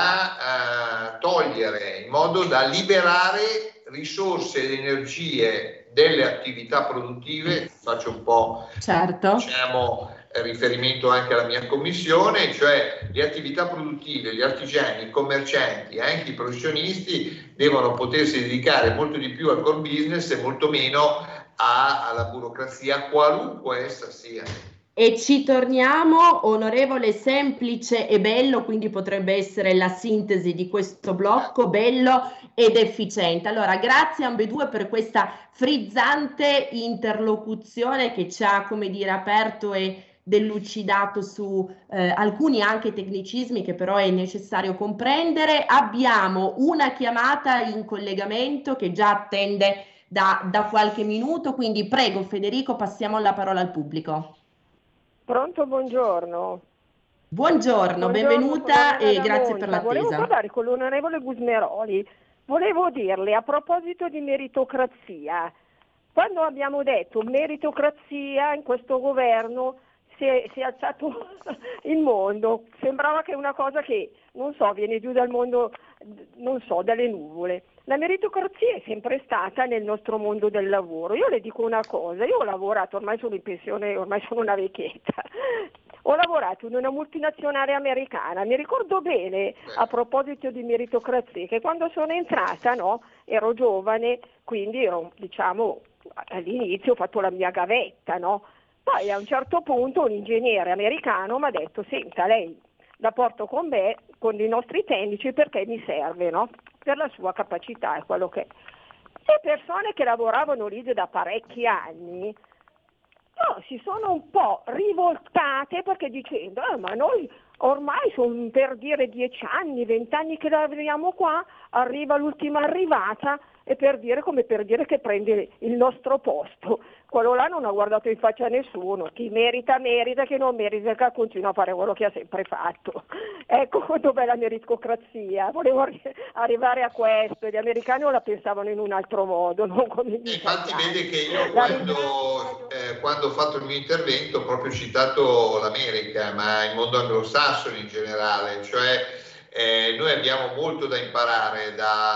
da eh, togliere in modo da liberare risorse ed energie delle attività produttive. Faccio un po' certo. diciamo riferimento anche alla mia commissione, cioè le attività produttive, gli artigiani, i commercianti, anche i professionisti devono potersi dedicare molto di più al core business e molto meno a, alla burocrazia, qualunque essa sia. E ci torniamo, onorevole, semplice e bello, quindi potrebbe essere la sintesi di questo blocco, bello ed efficiente. Allora, grazie a ambedue per questa frizzante interlocuzione che ci ha, come dire, aperto e delucidato su eh, alcuni anche tecnicismi che però è necessario comprendere. Abbiamo una chiamata in collegamento che già attende da, da qualche minuto, quindi prego Federico, passiamo la parola al pubblico. Pronto, buongiorno. Buongiorno, buongiorno benvenuta e grazie per l'attesa. Volevo parlare con l'onorevole Gusmeroli. Volevo dirle a proposito di meritocrazia, quando abbiamo detto meritocrazia in questo governo si è, si è alzato il mondo, sembrava che è una cosa che, non so, viene giù dal mondo, non so, dalle nuvole. La meritocrazia è sempre stata nel nostro mondo del lavoro. Io le dico una cosa, io ho lavorato, ormai sono in pensione, ormai sono una vecchietta, ho lavorato in una multinazionale americana, mi ricordo bene, a proposito di meritocrazia, che quando sono entrata, no, ero giovane, quindi ero, diciamo, all'inizio ho fatto la mia gavetta, no? Poi a un certo punto un ingegnere americano mi ha detto, senta, lei la porto con me, con i nostri tecnici, perché mi serve, no? Per la sua capacità e quello che è. Le persone che lavoravano lì da parecchi anni no, si sono un po' rivoltate perché dicendo, eh, ma noi ormai sono per dire dieci anni, venti anni che lavoriamo qua, arriva l'ultima arrivata e per dire come per dire che prende il nostro posto. Quello là non ha guardato in faccia a nessuno, chi merita merita, chi non merita che continua a fare quello che ha sempre fatto. Ecco dov'è la meritocrazia, volevo arri- arrivare a questo, gli americani la pensavano in un altro modo, non come gli Infatti vede che io quando, eh, quando ho fatto il mio intervento ho proprio citato l'America, ma il mondo anglosassone in generale, cioè eh, noi abbiamo molto da imparare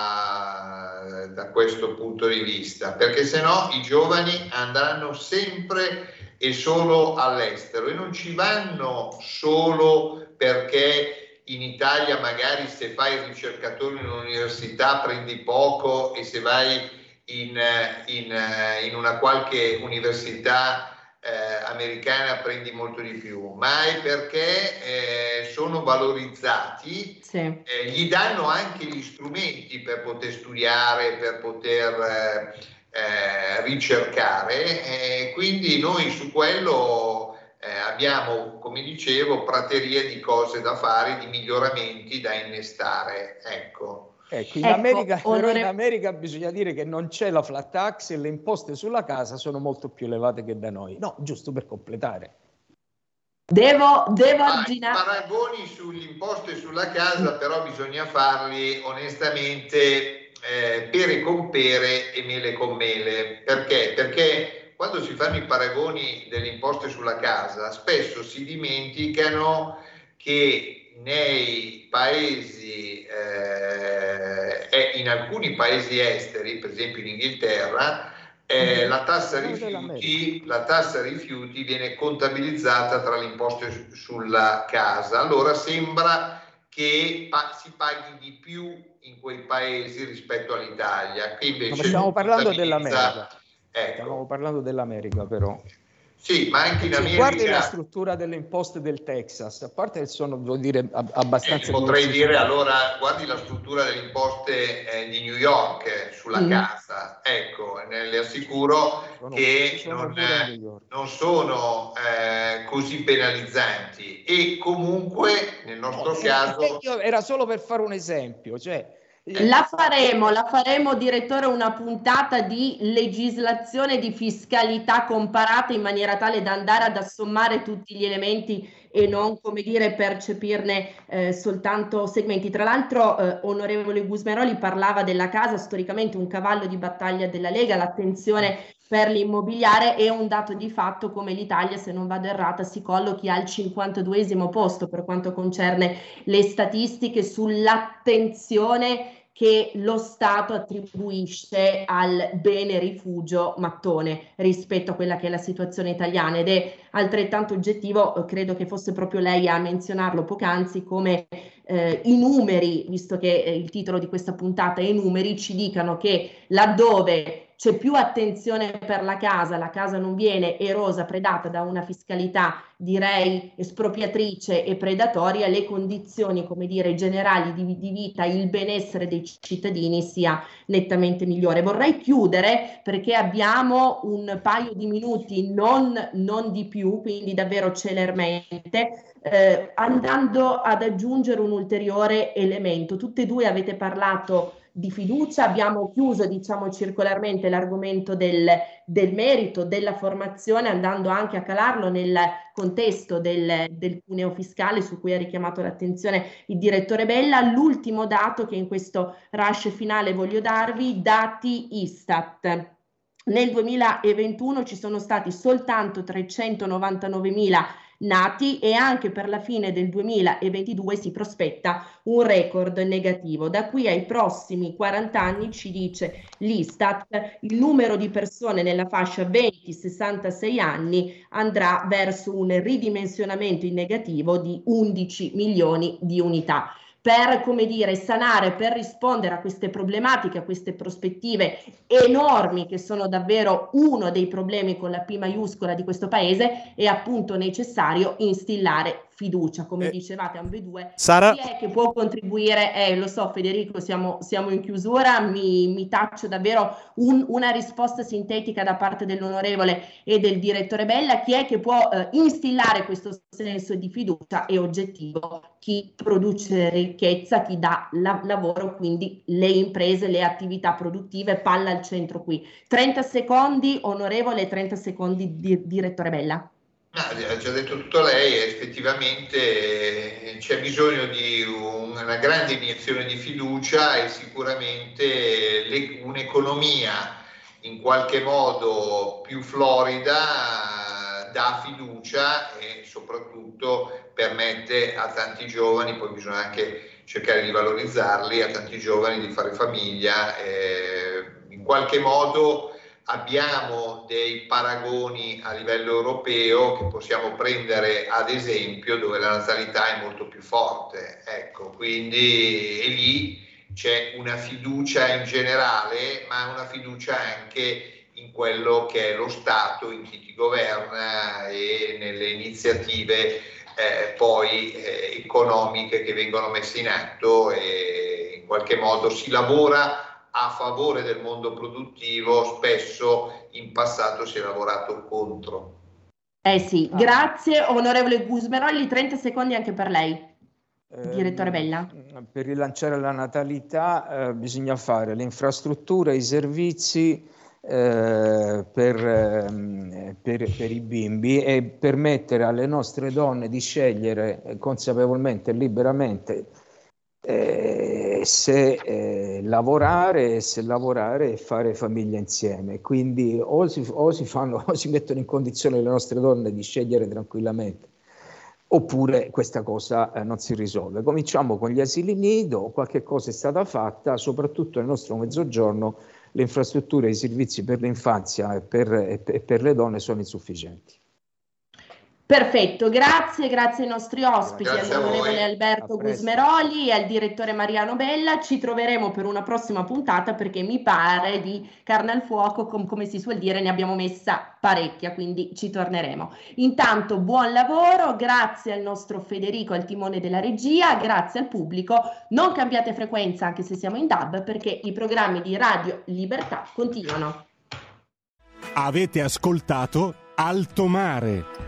da, da questo punto di vista, perché se no i giovani andranno sempre e solo all'estero e non ci vanno solo perché in Italia magari se fai il ricercatore in un'università prendi poco e se vai in, in, in una qualche università eh, americana prendi molto di più, ma è perché eh, sono valorizzati, sì. eh, gli danno anche gli strumenti per poter studiare, per poter eh, eh, ricercare, eh, quindi noi su quello Eh, abbiamo, come dicevo, praterie di cose da fare, di miglioramenti da innestare. Ecco. Ecco, in, ecco, America, onore... però in America bisogna dire che non c'è la flat tax e le imposte sulla casa sono molto più elevate che da noi. No, giusto per completare. Devo, devo ah, arginare. I paragoni sugli imposte sulla casa però bisogna farli onestamente eh, pere con pere e mele con mele. Perché? Perché quando si fanno i paragoni delle imposte sulla casa, spesso si dimenticano che nei paesi, eh, e in alcuni paesi esteri, per esempio in Inghilterra, eh, la tassa rifiuti, la tassa rifiuti viene contabilizzata tra le imposte sulla casa. Allora sembra che pa- si paghi di più in quei paesi rispetto all'Italia. Che invece Ma stiamo parlando dell'America. Ecco. Stiamo parlando dell'America però. Sì, ma anche in Cioè, America... Guardi la struttura delle imposte del Texas, a parte che sono, devo dire, abbastanza... Eh, potrei dire allora, guardi la struttura delle imposte eh, di New York eh, sulla mm. casa, ecco, ne, le assicuro sono, che sono non, eh, non sono eh, così penalizzanti e comunque nel nostro no, caso... Io, era solo per fare un esempio, cioè La faremo, la faremo, direttore, una puntata di legislazione di fiscalità comparata in maniera tale da andare ad assommare tutti gli elementi e non, come dire, percepirne eh, soltanto segmenti. Tra l'altro, eh, onorevole Gusmeroli parlava della casa, storicamente un cavallo di battaglia della Lega, l'attenzione per l'immobiliare è un dato di fatto come l'Italia, se non vado errata, si collochi al cinquantaduesimo posto per quanto concerne le statistiche sull'attenzione che lo Stato attribuisce al bene rifugio mattone rispetto a quella che è la situazione italiana, ed è altrettanto oggettivo, credo che fosse proprio lei a menzionarlo poc'anzi, come eh, i numeri, visto che eh, il titolo di questa puntata è i numeri, ci dicano che laddove c'è più attenzione per la casa, la casa non viene erosa, predata da una fiscalità, direi, espropriatrice e predatoria, le condizioni, come dire, generali di, di vita, il benessere dei cittadini sia nettamente migliore. Vorrei chiudere, perché abbiamo un paio di minuti, non, non di più, quindi davvero celermente, eh, andando ad aggiungere un ulteriore elemento. Tutte e due avete parlato di fiducia, abbiamo chiuso, diciamo, circolarmente l'argomento del, del merito, della formazione, andando anche a calarlo nel contesto del, del cuneo fiscale su cui ha richiamato l'attenzione il direttore Bella. L'ultimo dato che in questo rush finale voglio darvi, dati Istat. Nel duemilaventuno ci sono stati soltanto trecentonovantanovemila nati e anche per la fine del duemilaventidue si prospetta un record negativo. Da qui ai prossimi quaranta anni, ci dice l'Istat, il numero di persone nella fascia venti sessantasei anni andrà verso un ridimensionamento in negativo di undici milioni di unità. Per, come dire, sanare, per rispondere a queste problematiche, a queste prospettive enormi che sono davvero uno dei problemi con la P maiuscola di questo paese, è appunto necessario instillare fiducia, come eh, dicevate ambedue. Sara... Chi è che può contribuire? Eh, lo so Federico, siamo, siamo in chiusura, mi, mi taccio davvero un, una risposta sintetica da parte dell'onorevole e del direttore Bella. Chi è che può eh, instillare questo senso di fiducia? È oggettivo chi produce ricchezza, chi dà la, lavoro, quindi le imprese, le attività produttive, palla al centro qui. trenta secondi, onorevole, trenta secondi, di, direttore Bella. Ha già detto tutto lei, effettivamente c'è bisogno di una grande iniezione di fiducia e sicuramente le, un'economia in qualche modo più florida dà fiducia e soprattutto permette a tanti giovani, poi bisogna anche cercare di valorizzarli, a tanti giovani di fare famiglia. Eh, in qualche modo abbiamo dei paragoni a livello europeo che possiamo prendere ad esempio, dove la natalità è molto più forte, ecco, quindi e lì c'è una fiducia in generale, ma una fiducia anche in quello che è lo Stato, in chi ti governa e nelle iniziative eh, poi eh, economiche che vengono messe in atto, e in qualche modo si lavora a favore del mondo produttivo. Spesso in passato si è lavorato contro. Eh sì, grazie onorevole Gusmeroli, trenta secondi anche per lei, eh, direttore Bella. Per rilanciare la natalità eh, bisogna fare le infrastrutture, i servizi eh, per, eh, per, per i bimbi e permettere alle nostre donne di scegliere consapevolmente e liberamente Eh, se eh, lavorare, se lavorare e fare famiglia insieme. Quindi o si, o si fanno o si mettono in condizione le nostre donne di scegliere tranquillamente, oppure questa cosa eh, non si risolve. Cominciamo con gli asili nido, qualche cosa è stata fatta, soprattutto nel nostro mezzogiorno le infrastrutture e i servizi per l'infanzia e per, e per le donne sono insufficienti. Perfetto, grazie, grazie ai nostri ospiti, all'onorevole Alberto Gusmeroli e al direttore Mariano Bella. Ci troveremo per una prossima puntata perché mi pare di carne al fuoco, com- come si suol dire, ne abbiamo messa parecchia, quindi ci torneremo. Intanto buon lavoro, grazie al nostro Federico al timone della regia, grazie al pubblico. Non cambiate frequenza anche se siamo in D A B perché i programmi di Radio Libertà continuano. Avete ascoltato Alto Mare.